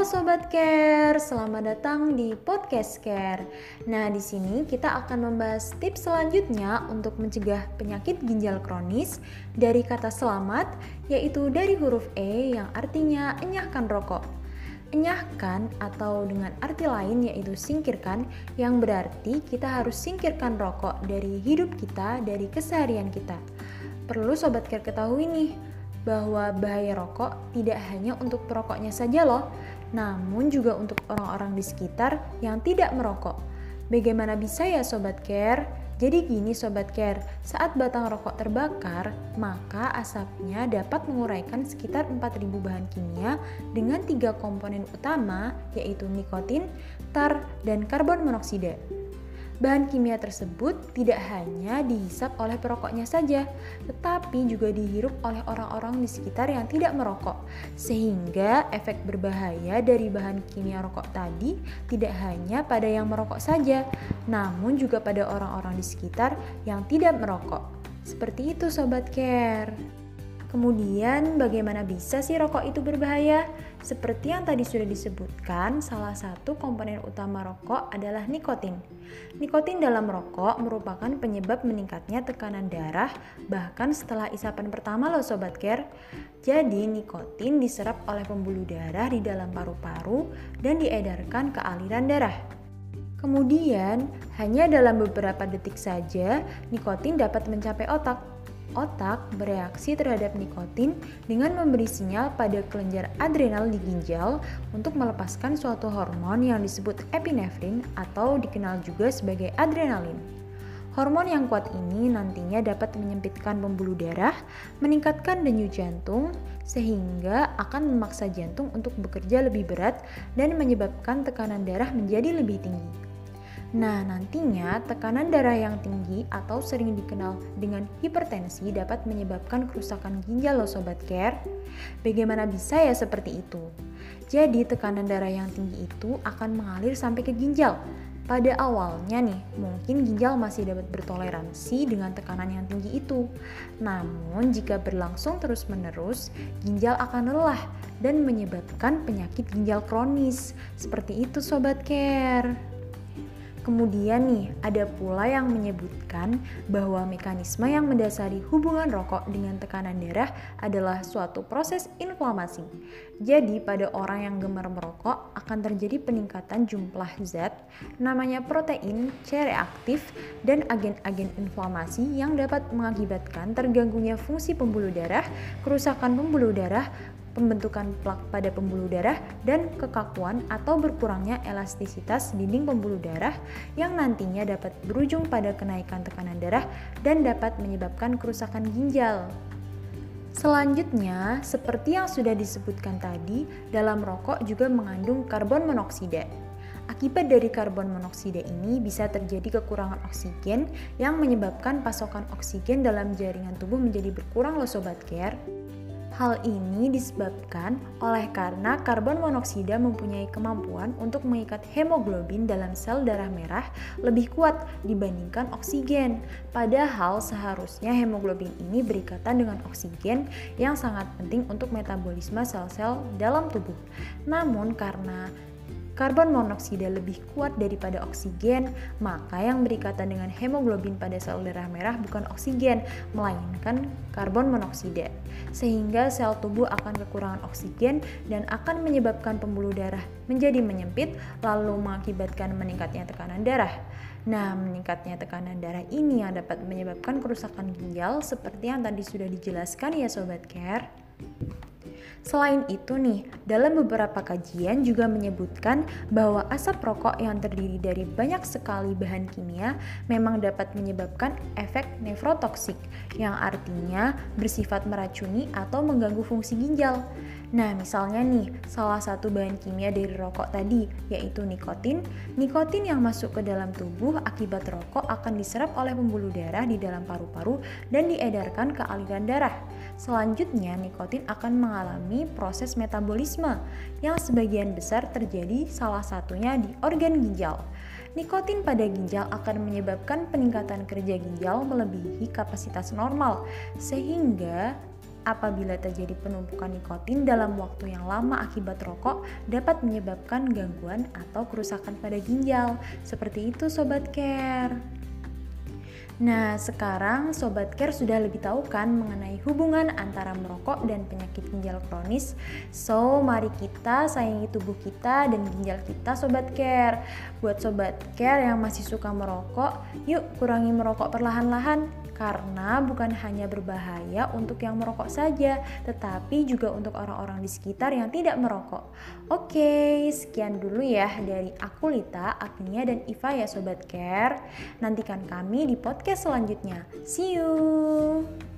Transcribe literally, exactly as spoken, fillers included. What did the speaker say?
Sobat Care, selamat datang di Podcast Care. Nah, di sini kita akan membahas tips selanjutnya untuk mencegah penyakit ginjal kronis dari kata selamat, yaitu dari huruf E yang artinya enyahkan rokok. Enyahkan atau dengan arti lain yaitu singkirkan, yang berarti kita harus singkirkan rokok dari hidup kita, dari keseharian kita. Perlu Sobat Care ketahui nih, bahwa bahaya rokok tidak hanya untuk perokoknya saja loh, namun juga untuk orang-orang di sekitar yang tidak merokok. Bagaimana bisa ya Sobat Care? Jadi gini Sobat Care, saat batang rokok terbakar, maka asapnya dapat menguraikan sekitar empat ribu bahan kimia dengan tiga komponen utama, yaitu nikotin, tar, dan karbon monoksida. Bahan kimia tersebut tidak hanya dihisap oleh perokoknya saja, tetapi juga dihirup oleh orang-orang di sekitar yang tidak merokok. Sehingga efek berbahaya dari bahan kimia rokok tadi tidak hanya pada yang merokok saja, namun juga pada orang-orang di sekitar yang tidak merokok. Seperti itu Sobat Care. Kemudian bagaimana bisa sih rokok itu berbahaya? Seperti yang tadi sudah disebutkan, salah satu komponen utama rokok adalah nikotin. Nikotin dalam rokok merupakan penyebab meningkatnya tekanan darah bahkan setelah isapan pertama loh Sobat Care. Jadi nikotin diserap oleh pembuluh darah di dalam paru-paru dan diedarkan ke aliran darah. Kemudian, hanya dalam beberapa detik saja nikotin dapat mencapai otak. Otak bereaksi terhadap nikotin dengan memberi sinyal pada kelenjar adrenal di ginjal untuk melepaskan suatu hormon yang disebut epinefrin atau dikenal juga sebagai adrenalin. Hormon yang kuat ini nantinya dapat menyempitkan pembuluh darah, meningkatkan denyut jantung, sehingga akan memaksa jantung untuk bekerja lebih berat dan menyebabkan tekanan darah menjadi lebih tinggi. Nah, nantinya tekanan darah yang tinggi atau sering dikenal dengan hipertensi dapat menyebabkan kerusakan ginjal loh Sobat Care. Bagaimana bisa ya seperti itu? Jadi tekanan darah yang tinggi itu akan mengalir sampai ke ginjal. Pada awalnya nih, mungkin ginjal masih dapat bertoleransi dengan tekanan yang tinggi itu. Namun jika berlangsung terus-menerus, ginjal akan lelah dan menyebabkan penyakit ginjal kronis. Seperti itu Sobat Care. Kemudian nih, ada pula yang menyebutkan bahwa mekanisme yang mendasari hubungan rokok dengan tekanan darah adalah suatu proses inflamasi. Jadi pada orang yang gemar merokok akan terjadi peningkatan jumlah zat, namanya protein C reaktif dan agen-agen inflamasi yang dapat mengakibatkan terganggunya fungsi pembuluh darah, kerusakan pembuluh darah, pembentukan plak pada pembuluh darah, dan kekakuan atau berkurangnya elastisitas dinding pembuluh darah yang nantinya dapat berujung pada kenaikan tekanan darah dan dapat menyebabkan kerusakan ginjal. Selanjutnya, seperti yang sudah disebutkan tadi, dalam rokok juga mengandung karbon monoksida. Akibat dari karbon monoksida ini bisa terjadi kekurangan oksigen yang menyebabkan pasokan oksigen dalam jaringan tubuh menjadi berkurang loh Sobat Care. Hal ini disebabkan oleh karena karbon monoksida mempunyai kemampuan untuk mengikat hemoglobin dalam sel darah merah lebih kuat dibandingkan oksigen. Padahal seharusnya hemoglobin ini berikatan dengan oksigen yang sangat penting untuk metabolisme sel-sel dalam tubuh. Namun karena karbon monoksida lebih kuat daripada oksigen, maka yang berikatan dengan hemoglobin pada sel darah merah bukan oksigen, melainkan karbon monoksida. Sehingga sel tubuh akan kekurangan oksigen dan akan menyebabkan pembuluh darah menjadi menyempit, lalu mengakibatkan meningkatnya tekanan darah. Nah, meningkatnya tekanan darah ini yang dapat menyebabkan kerusakan ginjal seperti yang tadi sudah dijelaskan ya Sobat Care. Selain itu nih, dalam beberapa kajian juga menyebutkan bahwa asap rokok yang terdiri dari banyak sekali bahan kimia memang dapat menyebabkan efek nefrotoksik, yang artinya bersifat meracuni atau mengganggu fungsi ginjal. Nah, misalnya nih, salah satu bahan kimia dari rokok tadi, yaitu nikotin. Nikotin yang masuk ke dalam tubuh akibat rokok akan diserap oleh pembuluh darah di dalam paru-paru dan diedarkan ke aliran darah. Selanjutnya, nikotin akan mengalami proses metabolisme yang sebagian besar terjadi salah satunya di organ ginjal. Nikotin pada ginjal akan menyebabkan peningkatan kerja ginjal melebihi kapasitas normal, sehingga Apabila terjadi penumpukan nikotin dalam waktu yang lama akibat rokok, dapat menyebabkan gangguan atau kerusakan pada ginjal. Seperti itu Sobat Care. Nah, sekarang Sobat Care sudah lebih tahu kan mengenai hubungan antara merokok dan penyakit ginjal kronis. So, mari kita sayangi tubuh kita dan ginjal kita Sobat Care. Buat Sobat Care yang masih suka merokok, yuk kurangi merokok perlahan-lahan. Karena bukan hanya berbahaya untuk yang merokok saja, tetapi juga untuk orang-orang di sekitar yang tidak merokok. Oke, sekian dulu ya dari aku Lita, Agnia, dan Iva ya Sobat Care. Nantikan kami di podcast selanjutnya. See you!